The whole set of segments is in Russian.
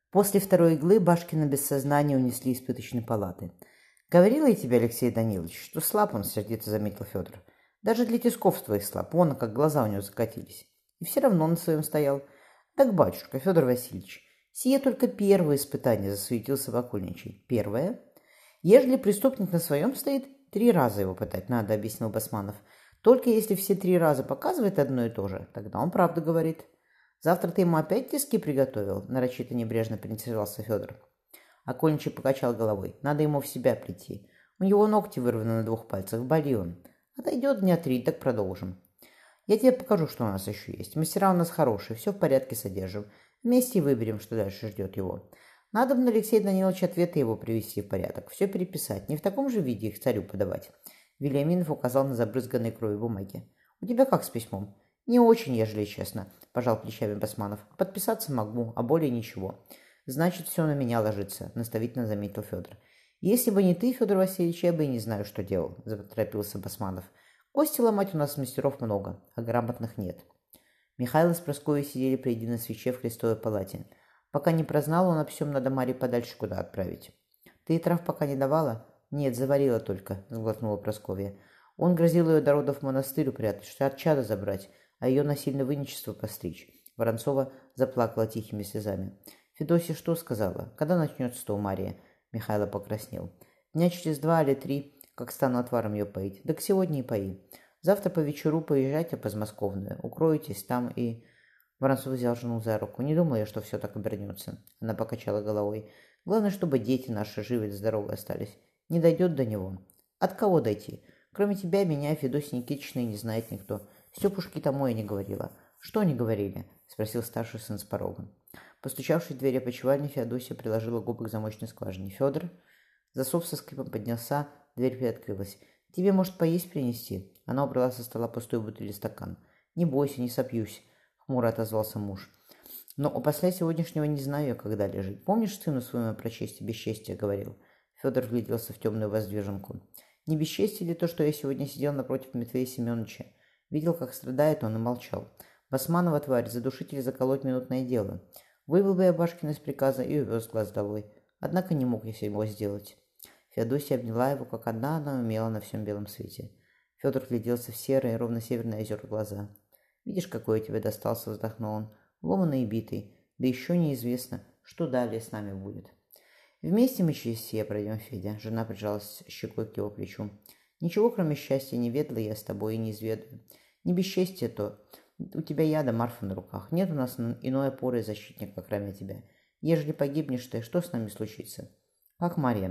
После второй иглы Башкина без сознания унесли из пыточной палаты. «Говорила я тебе, Алексей Данилович, что слаб он», — сердито заметил Федор. «Даже для тисков твоих слаб, вон, как глаза у него закатились. И все равно на своем стоял. Так, батюшка, Федор Васильевич, сие только первое испытание», — засуетился Вакульничий. «Первое? Ежели преступник на своем стоит, 3 раза его пытать надо», — объяснил Басманов. «Только если все 3 раза показывает одно и то же, тогда он правду говорит». «Завтра ты ему опять тиски приготовил?» — нарочито небрежно поинтересовался Федор. Окольничий покачал головой. «Надо ему в себя прийти. У него ногти вырваны на 2 пальцах, боли он. Отойдет дня 3, так продолжим. Я тебе покажу, что у нас еще есть. Мастера у нас хорошие, все в порядке содержим. Вместе выберем, что дальше ждет его. Надо бы на Алексея Даниловича ответы его привести в порядок, все переписать, не в таком же виде их царю подавать». Вильяминов указал на забрызганные кровью бумаги. «У тебя как с письмом?» «Не очень, ежели честно», – пожал плечами Басманов. «Подписаться могу, а более ничего». «Значит, все на меня ложится», – наставительно заметил Федор. «Если бы не ты, Федор Васильевич, я бы и не знаю, что делал», – заторопился Басманов. «Кости ломать у нас мастеров много, а грамотных нет». Михаил с Прасковьей сидели при единой свече в крестовой палате. Пока не прознал он, о всем надо Марье подальше куда отправить. «Ты и трав пока не давала?» «Нет, заварила только», – сглотнула Прасковья. Он грозил ее до родов в монастырь упрятать, что от чада забрать, а ее насильно выничество постричь. Воронцова заплакала тихими слезами. «Федосья что сказала? Когда начнется-то у Марии?» Михайло покраснел. «Дня через 2 или 3, как стану отваром ее поить. Так сегодня и пои. Завтра по вечеру поезжайте по Подмосковную. Укроетесь там и...» Воронцов взял жену за руку. «Не думала я, что все так обернется». Она покачала головой. «Главное, чтобы дети наши живы и здоровы остались. Не дойдет до него». «От кого дойти? Кроме тебя, меня, Федосьи Никитичны, не знает никто. Степушки тому я не говорила». «Что не говорили?» – спросил старший сын с порога. Постучавшись в дверь опочивальни, Феодосия приложила губы к замочной скважине. «Федор?» Засов со скрипом поднялся, дверь приоткрылась. «Тебе, может, поесть принести?» Она убрала со стола пустую бутыль и стакан. «Не бойся, не сопьюсь», — хмуро отозвался муж. «Но после сегодняшнего не знаю я, когда лежит. Помнишь, сыну своему про честь и бесчестие говорил?» Федор вгляделся в темную воздвиженку. «Не бесчестие ли то, что я сегодня сидел напротив Матвея Семеновича? Видел, как страдает он, и молчал. Басманова, тварь, задушить или заколоть минутное дело. Вывел бы я Башкина из приказа и увез глаз долой. Однако не мог я его сделать». Феодосия обняла его, как одна она умела на всем белом свете. Федор гляделся в серые, ровно северные озера глаза. «Видишь, какой я тебе достался», — вздохнул он. «Ломаный и битый. Да еще неизвестно, что далее с нами будет». «Вместе мы через сие пройдем, Федя», — жена прижалась щекой к его плечу. «Ничего, кроме счастья, не ведала я с тобой и не изведаю. Не бесчестье то. У тебя яда, Марфа, на руках. Нет у нас иной опоры и защитника, кроме тебя. Ежели погибнешь ты, что с нами случится?» «Как Марья?»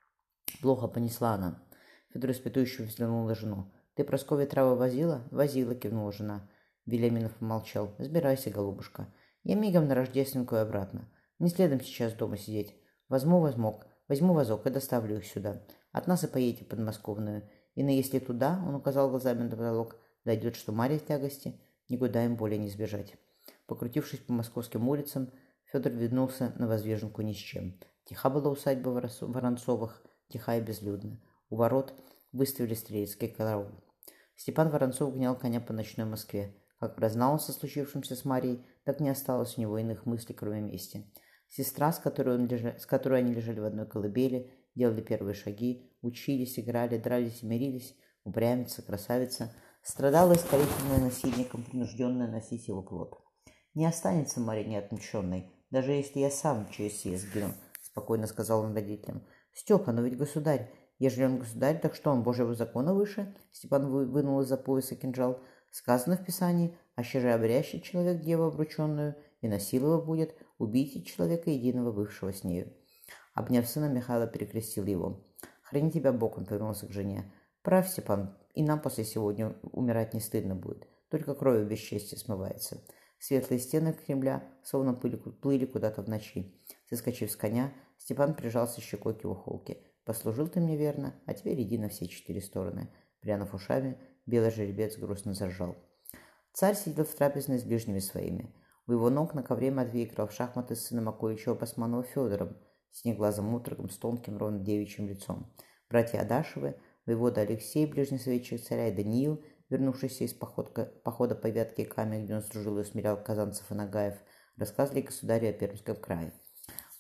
Плохо понесла она. Федор испытующе взглянул на жену. «Ты Прасковья травы возила?» «Возила», — кивнула жена. Вильяминов помолчал. «Сбирайся, голубушка. Я мигом на Рождественку и обратно. Не следом сейчас дома сидеть. Возьму возок и доставлю их сюда. От нас и поедете в Подмосковную. И если туда, — он указал глазами на потолок, — дойдет, что Марья в тягости, никуда им более не сбежать». Покрутившись по московским улицам, Федор вернулся на воздвиженку ни с чем. Тиха была усадьба Воронцовых, тиха и безлюдна. У ворот выставили стрелецкий караул. Степан Воронцов гнал коня по ночной Москве. Как прознал он со случившимся с Марьей, так не осталось у него иных мыслей, кроме мести. Сестра, с которой они лежали в одной колыбели, делали первые шаги, учились, играли, дрались и мирились, упрямица, красавица, страдала искорительно насильником, принужденная носить его плод. «Не останется Марья неотмеченной, даже если я сам через сие сгину», — спокойно сказал он родителям. «Степа, но ведь государь. Ежели он государь, так что он Божьего закона выше?» Степан вынул из-за пояса кинжал. «Сказано в Писании, аще же обрящет человек деву обрученную, и насилова будет, убейте человека единого, бывшего с нею». Обняв сына, Михайло перекрестил его. «Храни тебя Бог», — он повернулся к жене. «Прав, Степан, и нам после сегодня умирать не стыдно будет, только кровью бесчестия смывается». Светлые стены Кремля словно плыли куда-то в ночи. Соскочив с коня, Степан прижался щекой к его холке. «Послужил ты мне верно, а теперь иди на все 4 стороны». Прянув ушами, белый жеребец грустно заржал. Царь сидел в трапезной с ближними своими. У его ног на ковре Матвей играл в шахматы с сыном Акуличева Басманова Федором, синеглазым утрогом с тонким ровно девичьим лицом. Братья Адашевы, воевода Алексей, ближний советчик царя, и Даниил, вернувшийся из похода по Вятке и Каме, где он служил и усмирял казанцев и нагаев, рассказывали государю о Пермском крае.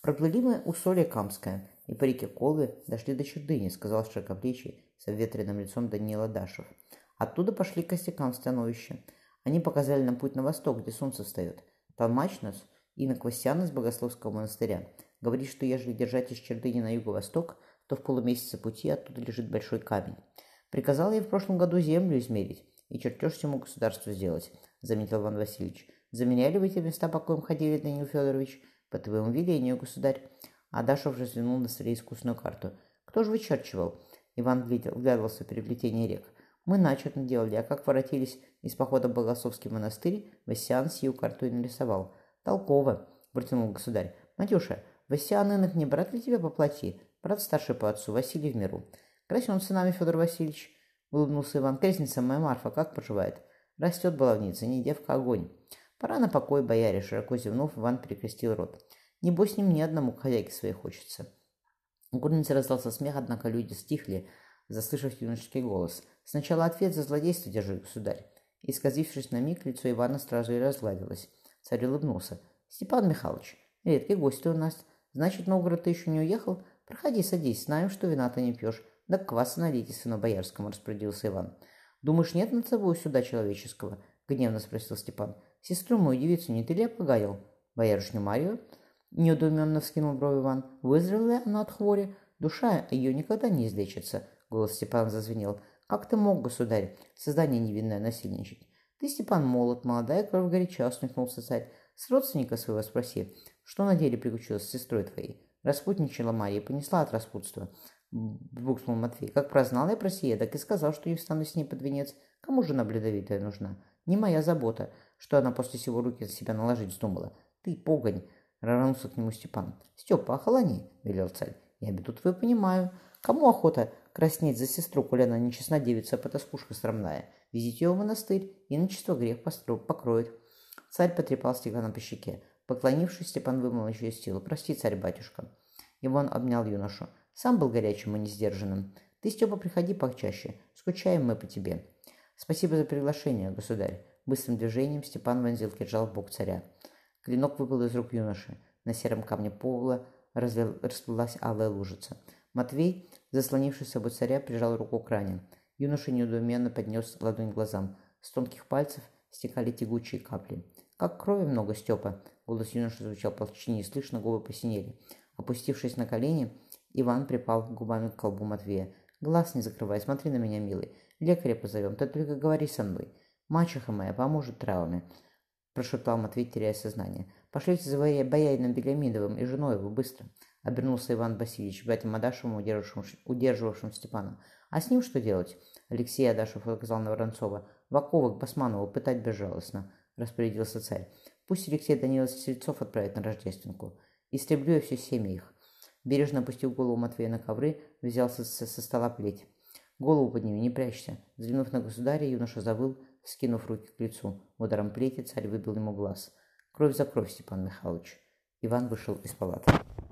Проплыли мы усолье Камское, и по реке Колве дошли до Чердыни, сказал широкоплечий с обветренным лицом Даниил Адашев. Оттуда пошли к костякам становища. Они показали нам путь на восток, где солнце встает. Толмач нас, инок Васян из Богословского монастыря, говорит, что ежели держать из Чердыни на юго-восток, то в полумесяце пути оттуда лежит большой камень. Приказал я в прошлом году землю измерить и чертеж всему государству сделать, заметил Иван Васильевич. Заменяли вы те места, по коим ходили, Даниил Федорович? По твоему велению, государь. Адашев же взглянул на столе искусную карту. Кто же вычерчивал? Иван вглядывался в переплетение рек. Мы начерно делали, а как воротились из похода в Богословский монастырь, Васян сию карту и нарисовал. Толково, протянул государь. Матюша, Васян инок не брат ли тебя по плоти? Брат старший по отцу, Василий в миру. Красен с сынами, Федор Васильевич, улыбнулся Иван. Крестница моя Марфа как поживает? Растет баловница, не девка, огонь. Пора на покой, бояре, широко зевнув, Иван перекрестил рот. Небось, не мне одному к хозяйке своей хочется. У курницы раздался смех, однако люди стихли, заслышав юношеский голос. Сначала ответ за злодейство держи, государь. Исказившись на миг, лицо Ивана сразу и разгладилось. Царь улыбнулся. Степан Михайлович, редкий гость ты у нас. Значит, на Новгород ты еще не уехал? Проходи, садись, знаем, что вина ты не пьешь. Да кваса налейте, сыну боярскому, распорядился Иван. Думаешь, нет над собой суда человеческого? Гневно спросил Степан. Сестру мою девицу не ты ли опогаил? Боярышню Марию? Неудуменно вскинул брови Иван. Выздоровела она от хвори? Душа ее никогда не излечится. Голос Степана зазвенел. Как ты мог, государь, создание невинное насильничать? Ты, Степан, молод, молодая кровь горяча, усмехнулся царь. С родственника своего спроси, что на деле приключилось с сестрой твоей? Распутничала Мария, понесла от распутства. Букнул Матвей. Как прознал я про сие, так и сказал, что не встану с ней под венец. Кому же она бледовитая нужна? Не моя забота, что она после всего руки на себя наложить вздумала. Ты, погонь, рванулся к нему Степан. Степа, охолони, велел царь. Я беду твою понимаю. Кому охота краснеть за сестру, коли она нечестна девица, потаскушка срамная? Везите ее в монастырь, и начисто грех покроет. Царь потрепал Степана по щеке. Поклонившись, Степан вымолвил через силу. Прости, царь-батюшка. Иван обнял юношу. Сам был горячим и несдержанным. Ты, Степа, приходи почаще. Скучаем мы по тебе. Спасибо за приглашение, государь. Быстрым движением Степан вонзил кинжал в бок царя. Клинок выпал из рук юноши. На сером камне пола расплылась алая лужица. Матвей, заслонившись собой царя, прижал руку к ране. Юноша недоуменно поднес ладонь к глазам. С тонких пальцев стекали тягучие капли. «Как крови много, Степа!» Голос юноши звучал почти неслышно, губы посинели. Опустившись на колени, Иван припал губами к колбу Матвея. «Глаз не закрывай, смотри на меня, милый. Лекаря позовем, ты только говори со мной. Мачеха моя поможет травами», – прошептал Матвей, теряя сознание. «Пошлите за боярином Белямидовым и женой его, быстро», – обернулся Иван Васильевич, братьям Адашевым, удерживавшим Степана. «А с ним что делать?» – Алексей Адашев указал на Воронцова. «В оковы к Басманову пытать безжалостно», – распорядился царь. «Пусть Алексей Данилович Сельцов отправит на Рождественку. Истреблю я все семьи их». Бережно опустив голову Матвея на ковры, взялся со стола плеть. «Голову подними, не прячься». Взглянув на государя, юноша завыл, скинув руки к лицу. Ударом плети царь выбил ему глаз. «Кровь за кровь, Степан Михайлович». Иван вышел из палаты.